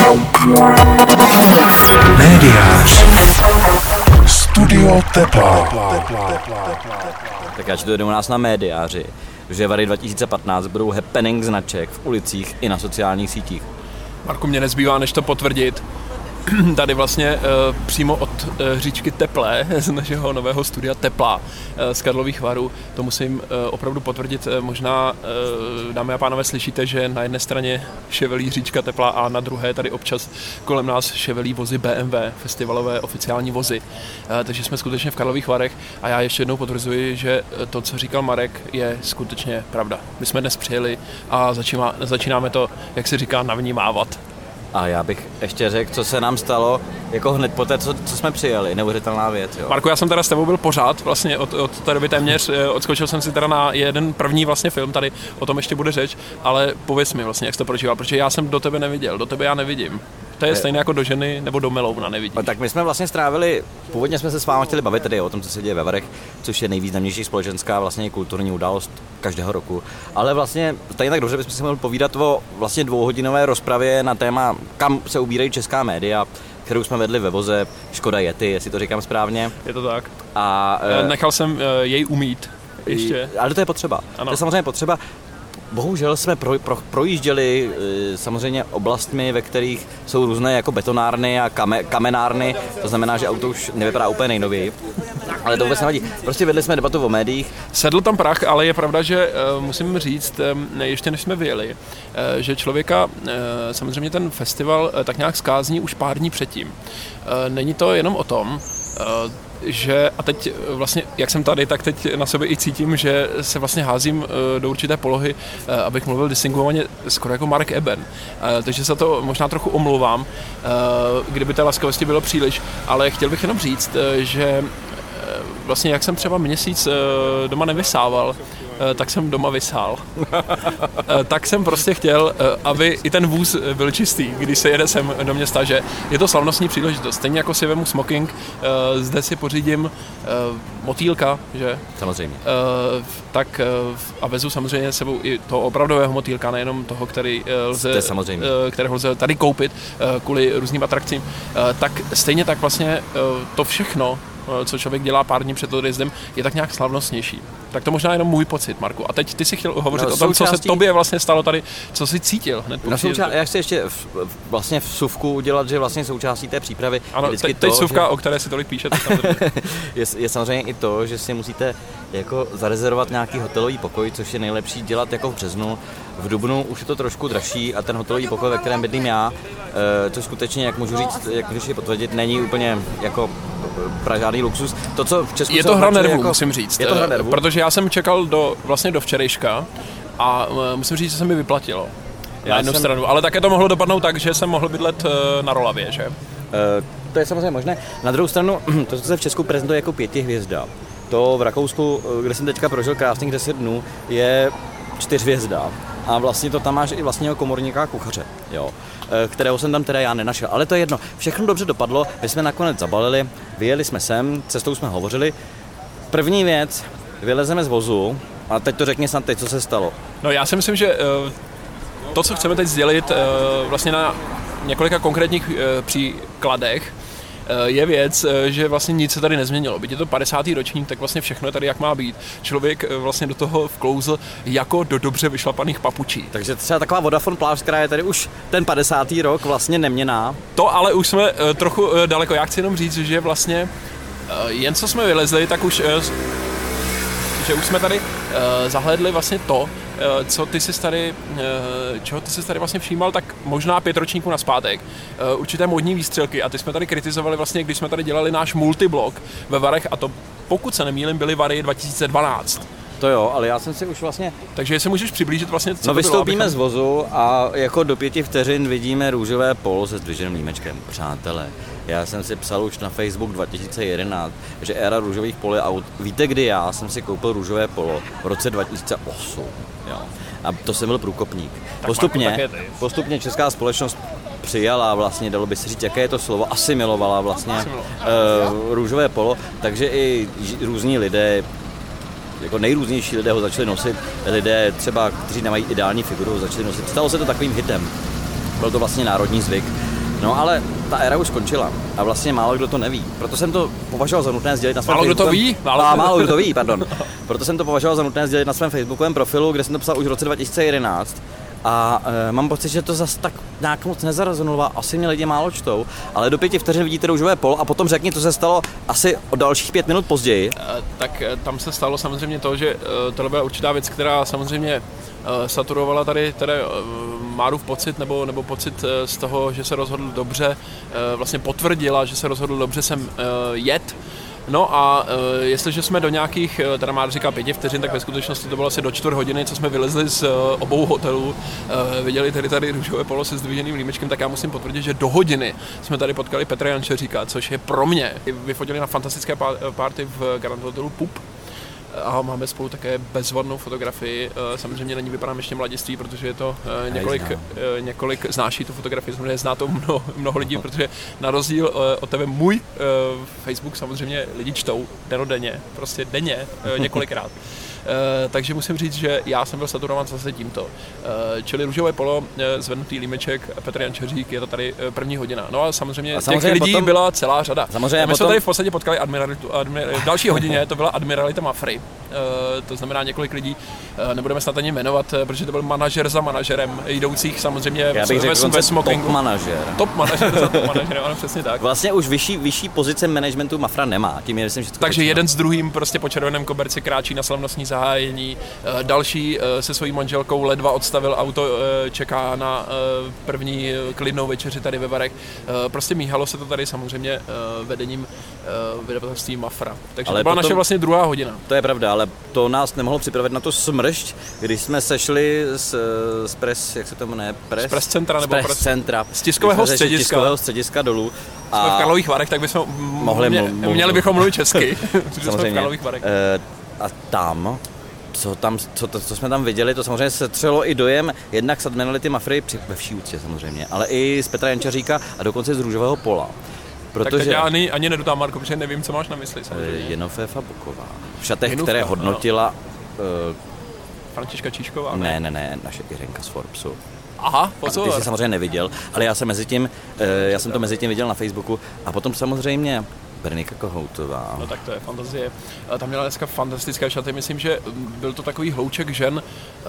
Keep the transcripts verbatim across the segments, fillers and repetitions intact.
Médiář. Studio Tepla. Tak já čtu u nás na Médiáři, že Vary dva tisíce patnáct budou happening značek v ulicích i na sociálních sítích. Marku, mě nezbývá, než to potvrdit. Tady vlastně e, přímo od e, říčky Teplé, z našeho nového studia Tepla, e, z Karlových Varů, to musím e, opravdu potvrdit. E, možná, e, dámy a pánové, slyšíte, že na jedné straně ševelí říčka Tepla a na druhé tady občas kolem nás ševelí vozy B M W, festivalové oficiální vozy. E, takže jsme skutečně v Karlových Varech a já ještě jednou potvrzuji, že to, co říkal Marek, je skutečně pravda. My jsme dnes přijeli a začíná, začínáme to, jak se říká, navnímávat. A já bych ještě řekl, co se nám stalo jako hned po té, co, co jsme přijeli. Neuvěřitelná věc, jo. Marku, já jsem teda s tebou byl pořád, vlastně od, od té doby téměř, odskočil jsem si teda na jeden první vlastně film, tady o tom ještě bude řeč, ale pověz mi vlastně, jak jsi to prožíval, protože já jsem do tebe neviděl, do tebe já nevidím. To je stejné jako do ženy nebo do melouna, nevidím. Tak my jsme vlastně strávili, původně jsme se s vámi chtěli bavit tedy o tom, co se děje ve Varech, což je nejvýznamnější společenská vlastně kulturní událost každého roku. Ale vlastně tady tak dobře bychom si mohli povídat o vlastně dvouhodinové rozpravě na téma, kam se ubírají česká média, kterou jsme vedli ve voze Škoda Yeti, jestli to říkám správně. Je to tak. A nechal jsem jej umít ještě. Ale to je potřeba. Ano. To je samozřejmě potřeba. Bohužel jsme pro, pro, projížděli e, samozřejmě oblastmi, ve kterých jsou různé jako betonárny a kame, kamenárny, to znamená, že auto už nevypadá úplně nejnověji, ale to vůbec nevadí. Prostě vedli jsme debatu o médiích. Sedl tam prach, ale je pravda, že e, musím říct, e, ještě než jsme vyjeli, e, že člověka, e, samozřejmě ten festival e, tak nějak skázní už pár dní předtím. E, není to jenom o tom, e, že a teď vlastně, jak jsem tady, tak teď na sebe i cítím, že se vlastně házím do určité polohy, abych mluvil distingovaně skoro jako Mark Eben. Takže se to možná trochu omlouvám, kdyby té laskavosti bylo příliš, ale chtěl bych jenom říct, že vlastně jak jsem třeba měsíc doma nevysával, tak jsem doma vysál. Tak jsem prostě chtěl, aby i ten vůz byl čistý, když se jede sem do města, že je to slavnostní příležitost. Stejně jako si vemu smoking, zde si pořídím motýlka, že? Samozřejmě. Tak a vezu samozřejmě sebou i toho opravdového motýlka, nejenom toho, který lze, kterého lze tady koupit kvůli různým atrakcím. Tak stejně tak vlastně to všechno, co člověk dělá pár dní před odjezdem, je tak nějak slavnostnější. Tak to možná jenom můj pocit, Marku. A teď ty si chtěl hovořit no, o tom, součástí... co se tobě vlastně stalo tady, co jsi cítil hned po no, souča... Já chci ještě v, vlastně v vsuvku udělat, že vlastně součástí té přípravy ano, vždycky teď to, vsuvka, že... o které si tolik píšete. je, je samozřejmě i to, že si musíte jako zarezervovat nějaký hotelový pokoj, což je nejlepší dělat jako v březnu. V dubnu už je to trošku dražší a ten hotelový pokoj, ve kterém bydlím já, e, což skutečně, jak můžu říct, jak můžeš potvrdit, není úplně jako žádný luxus. To, co v Česku je to hra nervů, jako, musím říct. Je to hra nervů. Protože já jsem čekal do, vlastně do včerejška a musím říct, že se mi vyplatilo. Já na jednu jsem... stranu, ale také to mohlo dopadnout tak, že jsem mohl bydlet na Rolavě, že? E, to je samozřejmě možné. Na druhou stranu, to, co se v Česku prezentuje jako pěti hvězda, to v Rakousku, kde jsem teďka prožil krásných deset dnů, je čtyřhvězda. A vlastně to tam máš i vlastního komorníka kuchaře, jo, kterého jsem tam teda já nenašel. Ale to je jedno. Všechno dobře dopadlo, my jsme nakonec zabalili, vyjeli jsme sem, cestou jsme hovořili. První věc, vylezeme z vozu a teď to řekni snad teď, co se stalo. No já si myslím, že to, co chceme teď sdělit vlastně na několika konkrétních příkladech, je věc, že vlastně nic se tady nezměnilo. Byť je to padesátý ročník, tak vlastně všechno je tady, jak má být. Člověk vlastně do toho vklouzl jako do dobře vyšlapaných papučí. Takže třeba taková Vodafone pláž, která je tady už ten padesátý rok vlastně neměnná. To ale už jsme trochu daleko. Já chci jenom říct, že vlastně jen co jsme vylezli, tak už že už jsme tady zahlédli vlastně to, co ty jsi tady, čeho ty jsi tady vlastně všímal, tak možná pět ročníků nazpátek, určité módní výstřelky a ty jsme tady kritizovali vlastně, když jsme tady dělali náš multiblog ve Varech a to, pokud se nemýlím, byly Vary dva tisíce dvanáct. To jo, ale já jsem si už vlastně... Takže jestli můžeš přiblížit vlastně, co no, to vystoupíme bylo, abychom... z vozu a jako do pěti vteřin vidíme růžové polo se zdviženým límečkem. Přátelé, já jsem si psal už na Facebook dva tisíce jedenáct, že éra růžových pol je out. Víte, kdy já jsem si koupil růžové polo? V roce dva tisíce osm, jo. A to jsem byl průkopník. Tak postupně, postupně česká společnost přijala vlastně, dalo by se říct, jaké je to slovo, asimilovala vlastně uh, růžové polo, takže i různí lidé, jako nejrůznější lidé ho začali nosit, lidé třeba, kteří nemají ideální figuru, ho začali nosit. Stalo se to takovým hitem. Byl to vlastně národní zvyk. No ale ta éra už skončila a vlastně málo kdo to neví. Proto jsem to považoval za nutné sdělit na svém Málo kdo to ví? Málo, a, málo kdo to ví, pardon. Proto jsem to považoval za nutné sdělit na svém facebookovém profilu, kde jsem to psal už v roce dva tisíce jedenáct. A e, mám pocit, že to zase tak nějak moc nezarezonovalo, asi mě lidi málo čtou, ale do pěti vteřin vidíte růžové polo a potom řekni, co se stalo asi o dalších pět minut později. E, tak e, tam se stalo samozřejmě to, že e, tohle byla určitá věc, která samozřejmě e, saturovala tady, tady e, Márův pocit, nebo, nebo pocit e, z toho, že se rozhodl dobře, e, vlastně potvrdila, že se rozhodl dobře sem e, jet. No a e, jestliže jsme do nějakých, teda Mára říká pěti vteřin, tak ve skutečnosti to bylo asi do čtvrt hodiny, co jsme vylezli z e, obou hotelů, e, viděli tady tady růžové polo se zdviženým límečkem, tak já musím potvrdit, že do hodiny jsme tady potkali Petra Jančeříka, což je pro mě. Vyfotili na fantastické party v Grand Hotelu Pup. A máme spolu také bezvadnou fotografii. Samozřejmě na ní vypadáme ještě mladiství, protože je to několik, několik znáší tu fotografii, samozřejmě zná to mnoho, mnoho lidí, protože na rozdíl od tebe můj Facebook samozřejmě lidi čtou dennodenně, prostě denně, několikrát. Uh, takže musím říct, že já jsem byl saturován zase tímto. Uh, čili růžové polo, uh, zvednutý límeček, Petr Jančeřík, je to tady uh, první hodina. No a samozřejmě, a samozřejmě těch lidí potom byla celá řada. Samozřejmě My potom... jsme tady v podstatě potkali admiralitu, admir, v další hodině to byla admiralita Mafry. Uh, to znamená několik lidí, uh, nebudeme snad ani jmenovat, uh, protože to byl manažer za manažerem, jdoucích samozřejmě já bych ve, řekl ve smokingu. Top manažer. Top manažer za top manažer, ano, přesně tak. Vlastně už vyšší, vyšší pozice managementu Mafra nemá, tím je myslím, že takže jeden s druhým prostě po červeném koberci kráčí na slavnostní zahájení. Další se svojí manželkou ledva odstavil auto, čeká na první klidnou večeři tady ve barech. Prostě míhalo se to tady samozřejmě vedením vydavatelství Mafra. Takže ale to byla potom, naše vlastně druhá hodina. To je pravda, ale to nás nemohlo připravit na to smršť, když jsme sešli z, z pres, jak se to jmenuje? Pres, z pres centra nebo z pres centra. Z tiskového střediska. tiskového střediska dolů. A jsme v Karlových Varech, tak bychom mohli, mě, mo- měli bychom mluvit česky. Samozřejmě. Jsme v Karlových Varech. E, a tam Co, tam, co, to, co jsme tam viděli, to samozřejmě setřelo i dojem jednak z admirality Mafry, ve vší úctě samozřejmě, ale i z Petra Jančeříka a dokonce z růžového pola. Protože... Tak teď já ani, ani nedodám, Marko, protože nevím, co máš na mysli. Samozřejmě. Jenoféfa Buková. V šatech, Jenůvka, které hodnotila... Uh, Františka Číšková? Ne, ne, ne, ne naše Irenka z Forbesu. Aha, pozor. Ty jsi samozřejmě neviděl, ale já jsem, mezi tím, uh, já jsem to mezi tím viděl na Facebooku a potom samozřejmě... Bernika Kohoutová. No tak to je fantazie. Tam měla dneska fantastické šaty, myslím, že byl to takový hlouček žen.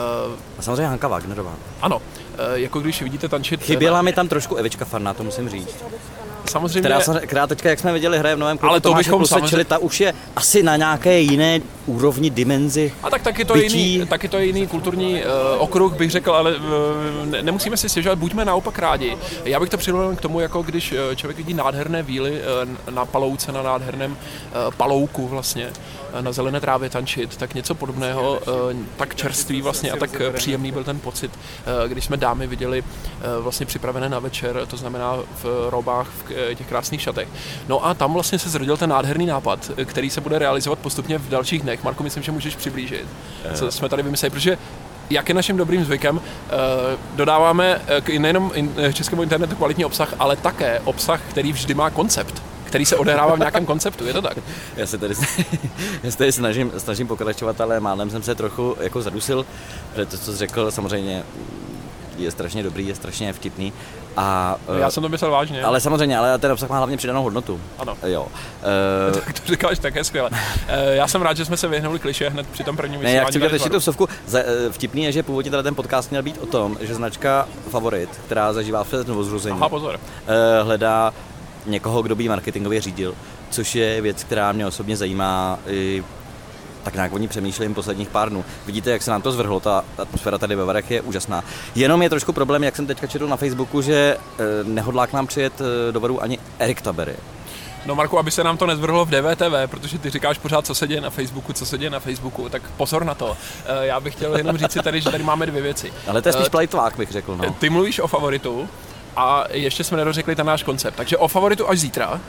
A samozřejmě Hanka Wagnerová. Ano, jako když vidíte tančit... Chyběla mi tam trošku Evička Farná, to musím říct. Samozřejmě... Která, která teďka, jak jsme viděli, hraje v novém klubu, ale to bychom samozřejmě... čili ta už je asi na nějaké jiné úrovni, dimenzi. A tak taky to, je jiný, taky to je jiný kulturní uh, okruh, bych řekl, ale uh, ne, nemusíme si stěžovat, buďme naopak rádi. Já bych to přirovnal k tomu, jako když uh, člověk vidí nádherné víly uh, na palouce, na nádherném uh, palouku vlastně, uh, na zelené trávě tančit, tak něco podobného, uh, tak čerstvý vlastně a tak uh, příjemný byl ten pocit, uh, když jsme dámy viděli uh, vlastně připravené na večer, to znamená v robách, v uh, těch krásných šatech. No a tam vlastně se zrodil ten nádherný nápad, který se bude realizovat postupně v dalších dnech. Marku, myslím, že můžeš přiblížit, co jsme tady vymysleli, protože jak je naším dobrým zvykem, dodáváme nejenom českému internetu kvalitní obsah, ale také obsah, který vždy má koncept, který se odehrává v nějakém konceptu, je to tak? Já se tady, já se tady snažím, snažím pokračovat, ale málem jsem se trochu jako zadusil, protože to, co jsi řekl, samozřejmě je strašně dobrý, je strašně vtipný. A, já jsem to myslel vážně. Ale samozřejmě, ale ten obsah má hlavně přidanou hodnotu. Ano. Jo. Uh, tak to říkáš také skvěle. Uh, já jsem rád, že jsme se vyhnuli klišé hned při tom prvním vysílání. Ne, já chci udělat ještě tu vsuvku. Vtipný je, že původně ten podcast měl být o tom, že značka Favorit, která zažívá v novozrození, Aha, pozor. Uh, hledá někoho, kdo by ji marketingově řídil, což je věc, která mě osobně zajímá. I tak nějak o ní přemýšlím posledních pár dnů. Vidíte, jak se nám to zvrhlo, ta atmosféra tady ve Varech je úžasná. Jenom je trošku problém, jak jsem teďka četl na Facebooku, že nehodlá k nám přijet do Varu ani Erik Tabery. No Marku, aby se nám to nezvrhlo v D V T V, protože ty říkáš pořád, co se děje na Facebooku, co se děje na Facebooku, tak pozor na to. Já bych chtěl jenom říct si tady, že tady máme dvě věci. Ale to je spíš plajtvák, bych řekl. No. Ty mluvíš o Favoritu a ještě jsme nedořekli ten náš koncept, takže o Favoritu až zítra.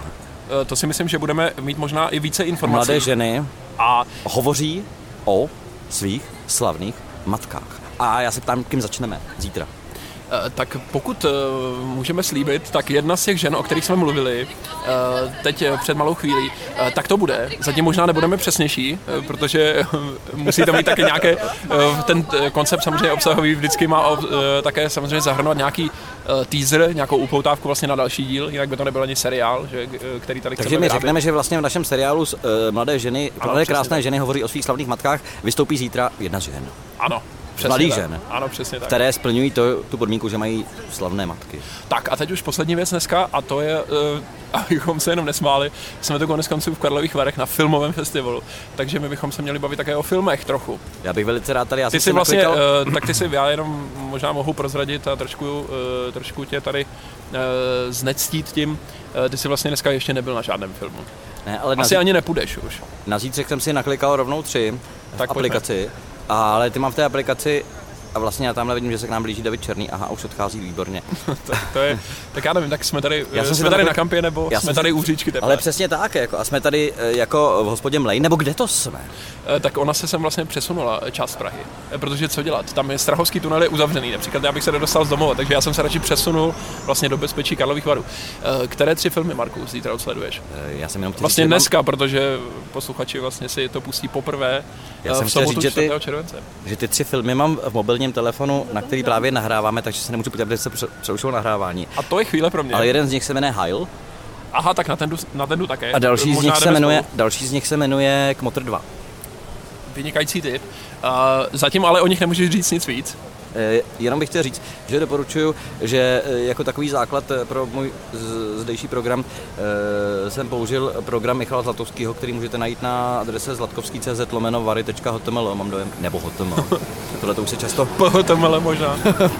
To si myslím, že budeme mít možná i více informací. Mladé ženy a hovoří o svých slavných matkách. A já se ptám, kým začneme zítra. Tak pokud můžeme slíbit, tak jedna z těch žen, o kterých jsme mluvili teď před malou chvílí, tak to bude. Zatím možná nebudeme přesnější, protože musí to mít také nějaké, ten koncept samozřejmě obsahový vždycky má také samozřejmě zahrnovat nějaký teaser, nějakou upoutávku vlastně na další díl, jinak by to nebyl ani seriál, že, který tady chceme Takže my vyrábět. řekneme, že vlastně v našem seriálu uh, Mladé ženy, ano, mladé krásné tak. ženy hovoří o svých slavných matkách, vystoupí zítra jedna z žen. Ano. Mladých žen, ano, přesně tak. Které splňují to, tu podmínku, že mají slavné matky. Tak a teď už poslední věc dneska, a to je, uh, abychom se jenom nesmáli, jsme to konec konců v Karlových Varech na filmovém festivalu, takže my bychom se měli bavit také o filmech trochu. Já bych velice rád tady, já ty jsem si vlastně, naklikal... uh, tak ty si, já jenom možná mohu prozradit a trošku, uh, trošku tě tady uh, znectít tím, uh, ty si vlastně dneska ještě nebyl na žádném filmu. Ne, ale Asi na... ani nepůjdeš už. Na zítřek jsem si naklikal rovnou tři tak v aplikaci, ale ty mám v té aplikaci a vlastně já tamhle vidím, že se k nám blíží David Černý, aha, už odchází výborně. to, to je, tak já nevím, tak jsme tady, já jsme jsme tady tam... na kampě, nebo já jsme tady u říčky teplé. Ale přesně tak, jako, a jsme tady jako v hospodě Mlej, nebo kde to jsme? Tak ona se sem vlastně přesunula část Prahy, protože co dělat, tam je Strahovský tunel je uzavřený, například já bych se nedostal z domova, takže já jsem se radši přesunul vlastně do bezpečí Karlových Varů. Které tři filmy, Marku, zítra odsleduješ? Já jsem jenom vlastně dneska, mám... protože posluchači vlastně si to pustí poprvé já jsem v sobotu říct, čtvrtého července. Že ty tři filmy mám v mobilním telefonu, na který právě nahráváme, takže se nemůžu podívat, kde se přerušilo nahrávání. A to je chvíle pro mě. Ale jeden z nich se jmenuje Heil. Aha, tak na ten, na ten také. A další z, nich se jmenuje, další z nich se jmenuje Kmotr dva. Vynikající tip. Uh, zatím ale o nich nemůžeš říct nic víc. E, jenom bych chtěl říct, že doporučuji, že jako takový základ pro můj zdejší program e, jsem použil program Michala Zlatovského, který můžete najít na adrese zlatkovský tečka cz lomeno vary tečka html, mám dojem, nebo html. Tohle to už se často... Po html možná.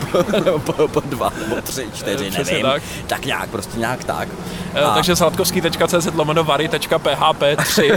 po, po, po dva, nebo tři, čtyři, nevím. Tak. tak nějak, prostě nějak tak. E, a... Takže zlatkovský tečka cz lomeno vary tečka p h p tři.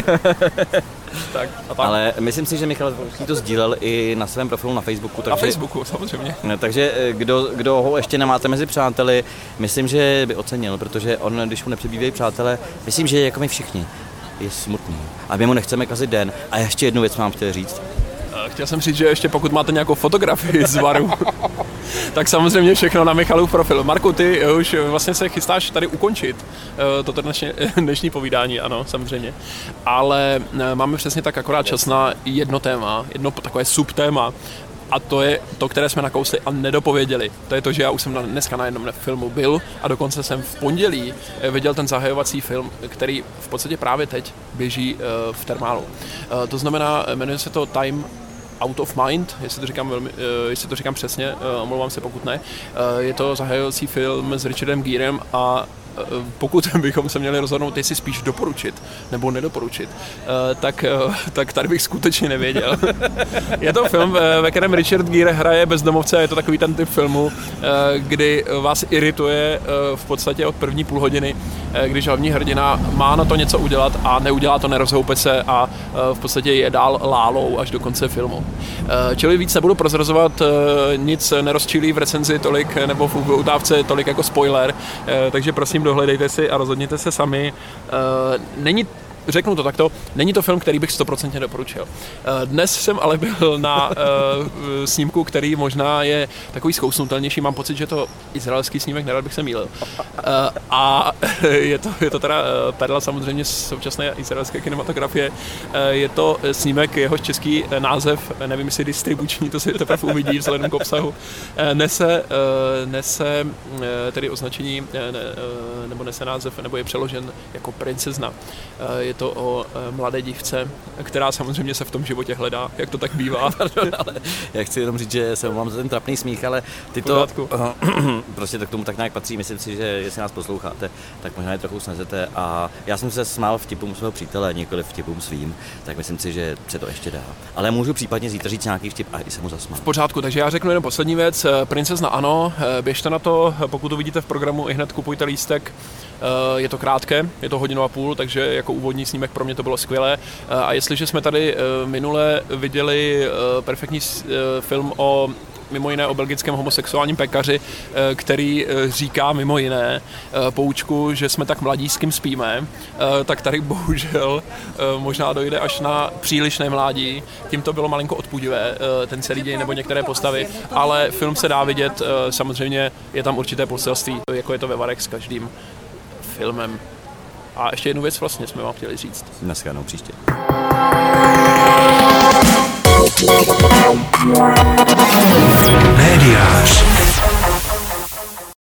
Tak, a tak. Ale myslím si, že Michal Zlatovský to sdílel i na svém profilu na Facebooku. Takže, na Facebooku, samozřejmě. Takže kdo, kdo ho ještě nemáte mezi přáteli, myslím, že by ocenil, protože on, když mu nepřibývají přátelé, myslím, že jako my všichni, je smutný. A my mu nechceme kazit den. A ještě jednu věc mám chtěl říct. Chtěl jsem říct, že ještě pokud máte nějakou fotografii z Varu, tak samozřejmě všechno na Michalův profil. Marku, ty už vlastně se chystáš tady ukončit toto dnešní, dnešní povídání, ano, samozřejmě. Ale máme přesně tak akorát čas na jedno téma, jedno takové subtéma. A to je to, které jsme nakousli a nedopověděli. To je to, že já už jsem dneska na jednom filmu byl a dokonce jsem v pondělí viděl ten zahajovací film, který v podstatě právě teď běží v Termálu. To znamená, jmenuje se to Time Out of Mind, jestli to říkám, velmi, jestli to říkám přesně, omlouvám se, pokud ne. Je to zahajovací film s Richardem Gerem a pokud bychom se měli rozhodnout, jestli spíš doporučit nebo nedoporučit, tak, tak tady bych skutečně nevěděl. Je to film, ve kterém Richard Gere hraje bezdomovce a je to takový ten typ filmu, kdy vás irituje v podstatě od první půl hodiny, když hlavní hrdina má na to něco udělat a neudělá to, nerozhoupe se a v podstatě je dál lálou až do konce filmu. Čili víc nebudu prozrazovat, nic nerozčílí v recenzi tolik nebo v utávce tolik jako spoiler, takže prosím dohledejte si a rozhodněte se sami. Není, řeknu to takto, není to film, který bych stoprocentně doporučil. Dnes jsem ale byl na snímku, který možná je takový zkousnutelnější. Mám pocit, že je to izraelský snímek, nerad bych se mýlil. A je to, je to teda perla samozřejmě z současné izraelské kinematografie. Je to snímek, jehož český název, nevím, jestli distribuční, to si teprve uvidí vzhledem k obsahu, nese, nese tedy označení, nebo nese název, nebo je přeložen jako Princezna. Je to o mladé dívce, která samozřejmě se v tom životě hledá, jak to tak bývá. Ale já chci jenom říct, že se omlouvám za ten trapný smích, ale ty to prostě to k tomu tak nějak patří. Myslím si, že jestli nás posloucháte, tak možná je trochu snezete. A já jsem se smál vtipům svého přítele, nikoliv vtipům svým, tak myslím si, že se to ještě dá. Ale můžu případně zítra říct nějaký vtip a i se mu zasmát. V pořádku, takže já řeknu jenom poslední věc. Princezna ano, běžte na to, pokud to vidíte v programu, i hned kupujte lístek. Je to krátké, je to hodinu a půl, takže jako úvodní snímek pro mě to bylo skvělé. A jestliže jsme tady minule viděli perfektní film o mimo jiné o belgickém homosexuálním pekaři, který říká mimo jiné poučku, že jsme tak mladí, s kým spíme, tak tady bohužel možná dojde až na přílišné mládí. Tím to bylo malinko odpudivé, ten celý děj nebo některé postavy, ale film se dá vidět, samozřejmě je tam určité poselství, jako je to ve varech s každým filmem. A ještě jednu věc vlastně jsme vám chtěli říct. Naschledanou příště. Médiář.